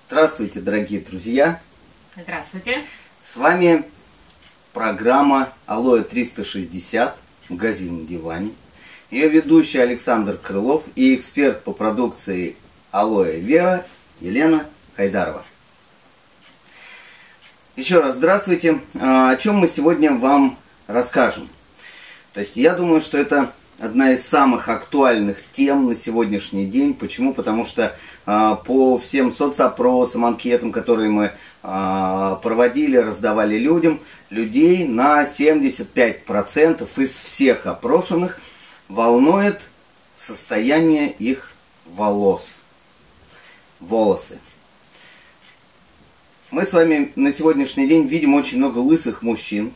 Здравствуйте, дорогие друзья! Здравствуйте! С вами программа Алоэ 360, магазин на диване. Ее ведущий Александр Крылов и эксперт по продукции Алоэ Вера Елена Хайдарова. Еще раз здравствуйте! О чем мы сегодня вам расскажем? То есть я думаю, что это одна из самых актуальных тем на сегодняшний день. Почему? Потому что по всем соцопросам, анкетам, которые мы проводили, раздавали людям, людей на 75% из всех опрошенных волнует состояние их волосы. Мы с вами на сегодняшний день видим очень много лысых мужчин,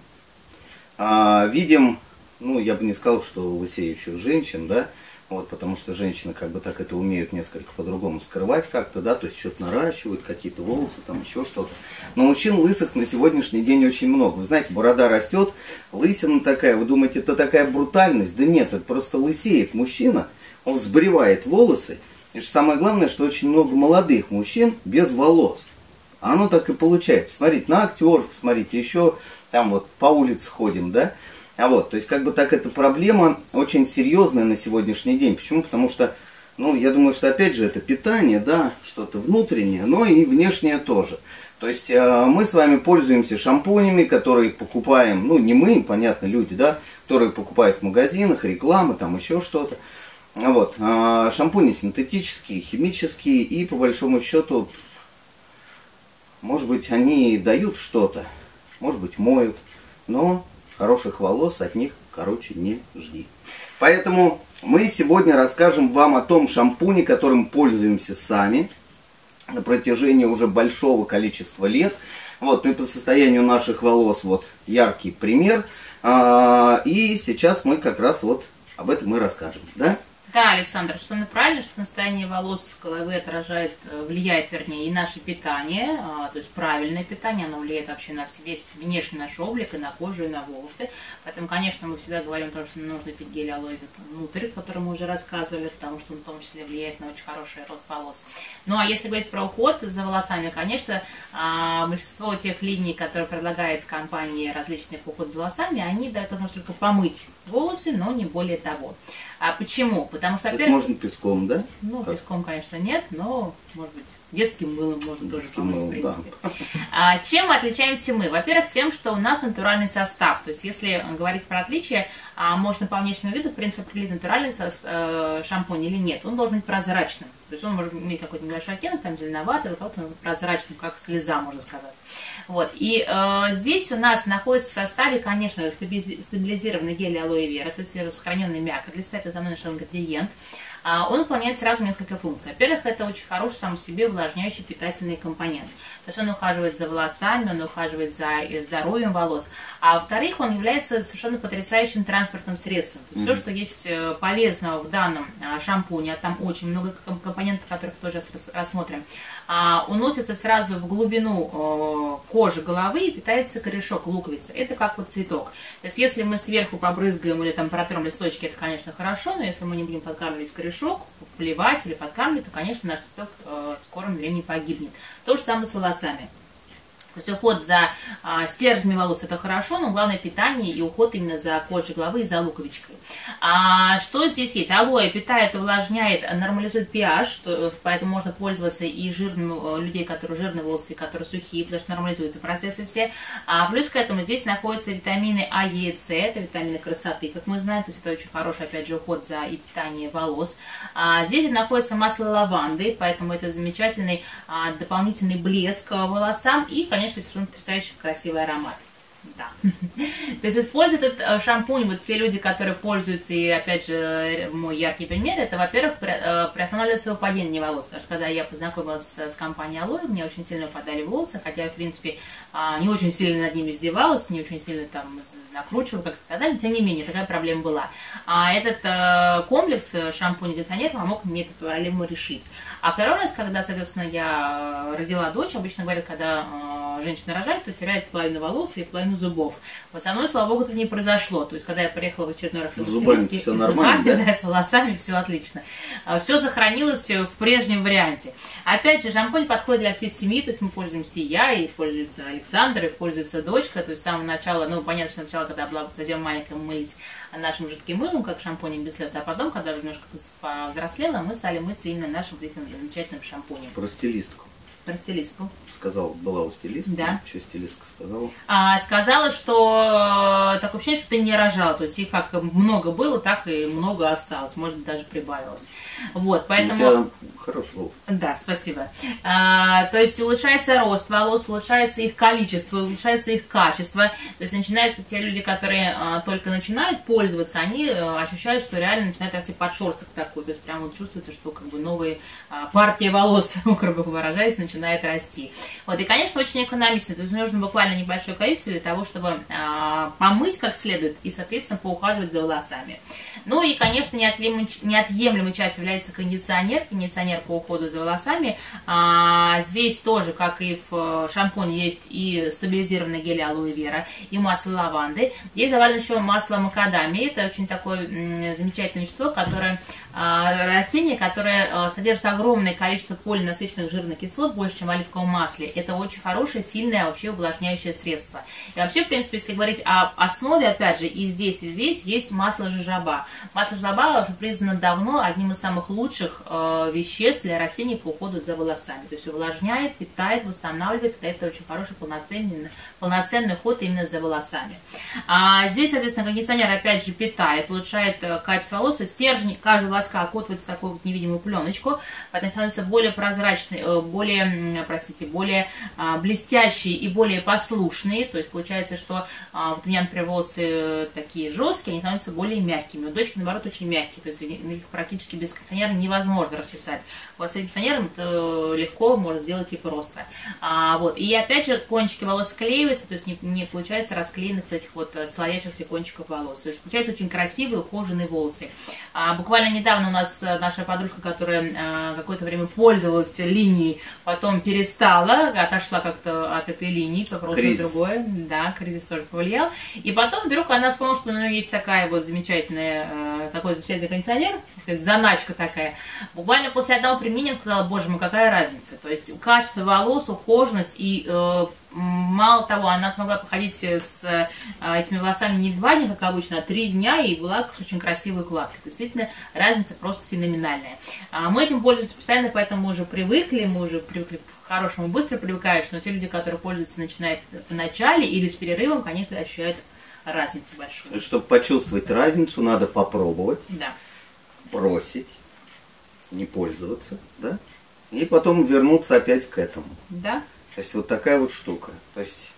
видим, я бы не сказал, что лысеющих женщин, да, вот, потому что женщины как бы так это умеют несколько по-другому скрывать как-то, да, то есть что-то наращивают, какие-то волосы, там еще что-то. Но мужчин лысых на сегодняшний день очень много. Вы знаете, борода растет, лысина такая, вы думаете, это такая брутальность? Да нет, это просто лысеет мужчина, он сбривает волосы. И самое главное, что очень много молодых мужчин без волос. А оно так и получается. Смотрите, на актеров, смотрите, еще там вот по улице ходим, да. То есть как бы так эта проблема очень серьезная на сегодняшний день. Почему? Потому что, я думаю, что опять же это питание, да, что-то внутреннее, но и внешнее тоже. То есть мы с вами пользуемся шампунями, которые покупаем, не мы, понятно, люди, да, которые покупают в магазинах, реклама, там еще что-то. Шампуни синтетические, химические и по большому счету, может быть, они дают что-то, может быть, моют, но хороших волос от них, не жди. Поэтому мы сегодня расскажем вам о том шампуне, которым пользуемся сами на протяжении уже большого количества лет. И по состоянию наших волос яркий пример. И сейчас мы как раз об этом и расскажем, да? Да, Александр, совершенно правильно, что состояние волос с головы влияет, и наше питание, то есть правильное питание, оно влияет вообще на весь внешний наш облик, и на кожу, и на волосы. Поэтому, конечно, мы всегда говорим о том, что нужно пить гель алоэ внутрь, о котором мы уже рассказывали, потому что он в том числе влияет на очень хороший рост волос. А если говорить про уход за волосами, конечно, большинство тех линий, которые предлагает компания различные по уходу за волосами, они дают возможность только помыть волосы, но не более того. Почему? Потому что, во-первых... Можно песком, да? Песком, конечно, нет, но, может быть, детским мылом можно тоже помыть, в принципе. Да. Чем мы отличаемся мы? Во-первых, тем, что у нас натуральный состав. То есть, если говорить про отличия, можно по внешнему виду, в принципе, определить натуральный шампунь или нет. Он должен быть прозрачным. То есть, он может иметь какой-то небольшой оттенок, там, зеленоватый, или прозрачным, как слеза, можно сказать. И здесь у нас находится в составе, конечно, стабилизированный гель алоэ вера, то есть свежесохраненный мякоть листа, это основной наш ингредиент. Он выполняет сразу несколько функций. Во-первых, это очень хороший сам по себе увлажняющий питательный компонент. То есть он ухаживает за волосами, он ухаживает за здоровьем волос. А во-вторых, он является совершенно потрясающим транспортным средством. То есть все, что есть полезного в данном шампуне, а там очень много компонентов, которых тоже рассмотрим, уносится сразу в глубину кожи головы и питается корешок луковицы. Это как цветок. То есть если мы сверху побрызгаем или там протрем листочки, это, конечно, хорошо, но если мы не будем подкармливать корешок, поливать или подкармливать, то, конечно, наш цветок в скором времени погибнет. То же самое с волосами. То есть уход за стержнями волос это хорошо, но главное питание и уход именно за кожей головы и за луковичкой. Что здесь есть? Алоэ питает, увлажняет, нормализует pH, поэтому можно пользоваться и жирным людей, которые жирные волосы, которые сухие, потому что нормализуются процессы все. Плюс к этому здесь находятся витамины А, Е и С, это витамины красоты, как мы знаем, то есть это очень хороший, опять же, уход за и питание волос. Здесь находится масло лаванды, поэтому это замечательный дополнительный блеск волосам и, конечно, совершенно потрясающий красивый аромат. Да. То есть используют этот шампунь, те люди, которые пользуются, и опять же, мой яркий пример, это, во-первых, приостанавливается выпадение волос. Потому что когда я познакомилась с компанией Алоэ, мне очень сильно выпадали волосы, хотя я, в принципе, не очень сильно над ними издевалась, не очень сильно там накручивала, как-то тогда, тем не менее, такая проблема была. Этот комплекс шампунь и кондиционер помог мне эту проблему решить. А второй раз, когда, соответственно, я родила дочь, обычно говорят, когда женщина рожает, то теряет половину волос и половину зубов. Вот со мной, слава богу, это не произошло. То есть, когда я приехала в очередной раз в зубами все нормально, зубами, да, с волосами все отлично. Все сохранилось в прежнем варианте. Опять же, шампунь подходит для всей семьи, то есть мы пользуемся и я, и пользуется Александр, и пользуется дочка. То есть с самого начала, ну, понятно, что сначала, когда была совсем маленькая, мы мылись нашим жидким мылом, как шампунем без слез, а потом, когда уже немножко повзрослела, мы стали мыться именно нашим этим замечательным шампунем. Про стилистку. Про стилистку. Сказал, была у стилиста. Да. Что стилистка сказала? Сказала, что такое ощущение, что ты не рожала. То есть их как много было, так и много осталось. Может быть, даже прибавилось. Вот, поэтому... У тебя хороший волос. Да, спасибо. То есть улучшается рост волос, улучшается их количество, улучшается их качество. То есть начинают те люди, которые только начинают пользоваться, они ощущают, что реально начинает расти подшерсток такой. То есть прямо вот чувствуется, что как бы новая партия волос, грубо выражаясь, начинает расти. Вот, и, конечно, очень экономично. То есть нужно буквально небольшое количество для того, чтобы помыть как следует и, соответственно, поухаживать за волосами. Ну и, конечно, неотъемлемой частью является кондиционер. Кондиционер по уходу за волосами. Здесь тоже, как и в шампуне, есть и стабилизированный гель алоэ вера, и масло лаванды. Есть добавлено еще масло макадамии. Это очень такое замечательное вещество, которое растение, которое содержит огромное количество полиненасыщенных жирных кислот, больше, чем в оливковом масле. Это очень хорошее, сильное, вообще увлажняющее средство. И вообще, в принципе, если говорить о основе, опять же, и здесь есть масло жожоба. Масло жожоба уже признано давно одним из самых лучших веществ для растений по уходу за волосами. То есть увлажняет, питает, восстанавливает. Это очень хороший, полноценный уход именно за волосами. Здесь, соответственно, кондиционер, опять же, питает, улучшает качество волос. То есть стержень каждого волоска окутывается такую вот невидимую пленочку, поэтому становится более прозрачный, более блестящие и более послушные. То есть получается, что вот у меня, например, волосы такие жесткие, они становятся более мягкими. У дочки, наоборот, очень мягкие, то есть их практически без кондиционера невозможно расчесать. Вот с кондиционером это легко можно сделать и просто. Вот. И опять же, кончики волос склеиваются, то есть не получается расклеенных вот этих вот слоящихся кончиков волос. То есть получается очень красивые, ухоженные волосы. Буквально недавно у нас наша подружка, которая какое-то время пользовалась линией, потом перестала, отошла как-то от этой линии, попробовала другое. Да, кризис тоже повлиял. И потом вдруг она вспомнила, что у нее есть такая вот замечательная, такой замечательный кондиционер, так сказать, заначка такая. Буквально после одного применения сказала: боже мой, какая разница. То есть качество волос, ухоженность и мало того, она смогла походить с этими волосами не 2 дня, как обычно, а 3 дня, и была с очень красивой укладкой. То есть, действительно, разница просто феноменальная. Мы этим пользуемся постоянно, поэтому мы уже привыкли к хорошему, быстро привыкаешь, но те люди, которые пользуются, начинают в начале или с перерывом, конечно, ощущают разницу большую. Чтобы почувствовать разницу, надо попробовать, да, бросить, не пользоваться, да, и потом вернуться опять к этому. Да. То есть вот такая вот штука. То есть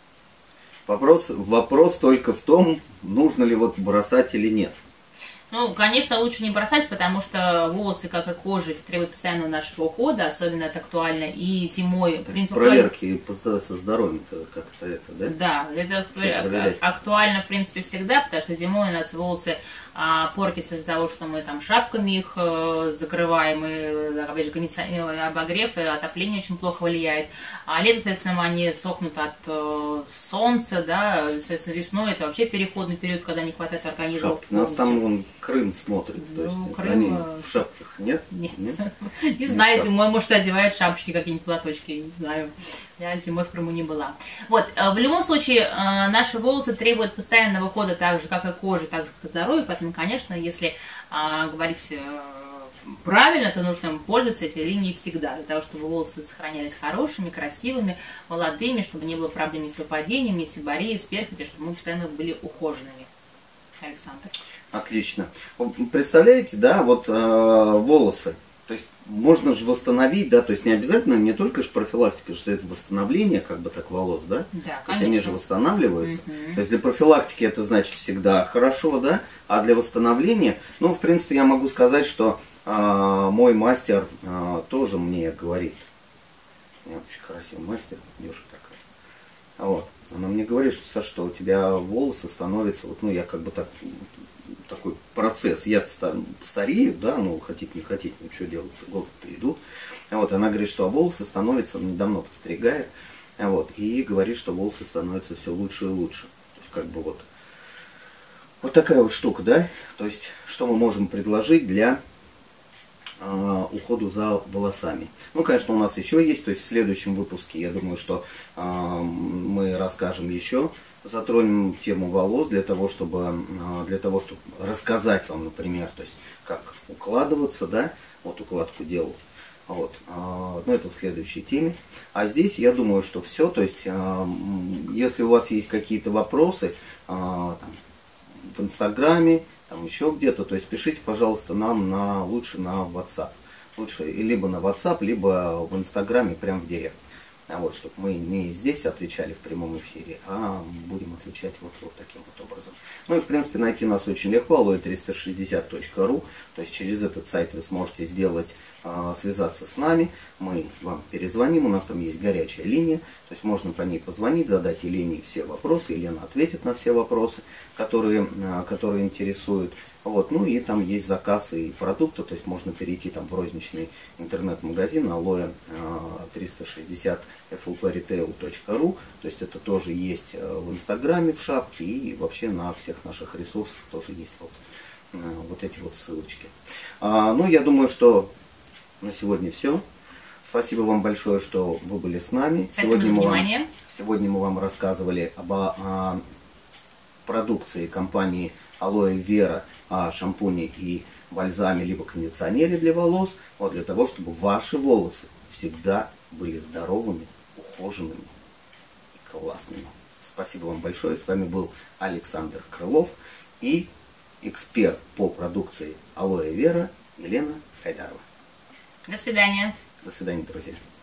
вопрос только в том, нужно ли вот бросать или нет. Ну, конечно, лучше не бросать, потому что волосы, как и кожа, требуют постоянного нашего ухода, особенно это актуально и зимой. В принципе, проверки со здоровьем как-то это, да? Да, это актуально, в принципе, всегда, потому что зимой у нас волосы портятся из-за того, что мы там шапками их закрываем, и, опять же, обогрев и отопление очень плохо влияет. А летом, соответственно, они сохнут от солнца, да, соответственно, весной это вообще переходный период, когда не хватает организма. Шапки. Нас там вон Крым смотрит, то есть Крым, они в шапках, нет? Нет. Не знаю, зимой, может, одевают шапочки, какие-нибудь платочки, не знаю. Я зимой в Крыму не была. Вот, в любом случае, наши волосы требуют постоянного ухода, так же, как и кожа, так же, как и здоровье, поэтому, конечно, если говорить правильно, то нужно им пользоваться этой линией всегда, для того, чтобы волосы сохранялись хорошими, красивыми, молодыми, чтобы не было проблем ни с выпадением, ни с сибарией, с перхотью, чтобы мы постоянно были ухоженными. Александр. Отлично. Представляете, да, вот волосы. То есть можно же восстановить, да, то есть не обязательно, не только же профилактика, что это восстановление, как бы так, волос, да? Да, то есть они же восстанавливаются. То есть для профилактики это значит всегда хорошо, да, а для восстановления, ну, в принципе, я могу сказать, что мой мастер тоже мне говорит, у меня очень красивый мастер, девушка такая, вот, она мне говорит, что, Саша, что у тебя волосы становятся, вот, ну, я как бы так... такой процесс, я старею, да, ну, хотите не хотите, ну, что делать, годы-то идут. Вот, она говорит, что волосы становятся, недавно подстригает, Вот, и говорит, что волосы становятся все лучше и лучше. То есть как бы вот такая вот штука, да? То есть что мы можем предложить для уходу за волосами. Ну, конечно, у нас еще есть, то есть в следующем выпуске, я думаю, что мы расскажем еще, затронем тему волос для того, чтобы рассказать вам, например, то есть как укладываться, да, вот укладку делать. Вот, но это в следующей теме. А здесь я думаю, что все. То есть, если у вас есть какие-то вопросы там, в Инстаграме, там еще где-то, то есть пишите, пожалуйста, нам лучше на WhatsApp. Лучше либо на WhatsApp, либо в Инстаграме, прям в директ. Вот, чтобы мы не здесь отвечали в прямом эфире, а будем отвечать вот таким вот образом. Ну и в принципе найти нас очень легко, aloe360.ru, то есть через этот сайт вы сможете связаться с нами, мы вам перезвоним, у нас там есть горячая линия, то есть можно по ней позвонить, задать Елене все вопросы, Елена ответит на все вопросы, которые интересуют. Вот, ну и там есть заказ и продукта, то есть можно перейти там в розничный интернет-магазин aloe360flpretail.ru, то есть это тоже есть в Инстаграме, в шапке и вообще на всех наших ресурсах тоже есть вот эти вот ссылочки. Ну, я думаю, что на сегодня все. Спасибо вам большое, что вы были с нами. Спасибо за внимание. Сегодня мы вам рассказывали об продукции компании Aloe Vera, о шампуне и бальзаме, либо кондиционере для волос, вот для того, чтобы ваши волосы всегда были здоровыми, ухоженными и классными. Спасибо вам большое. С вами был Александр Крылов и эксперт по продукции Aloe Vera Елена Хайдарова. До свидания. До свидания, друзья.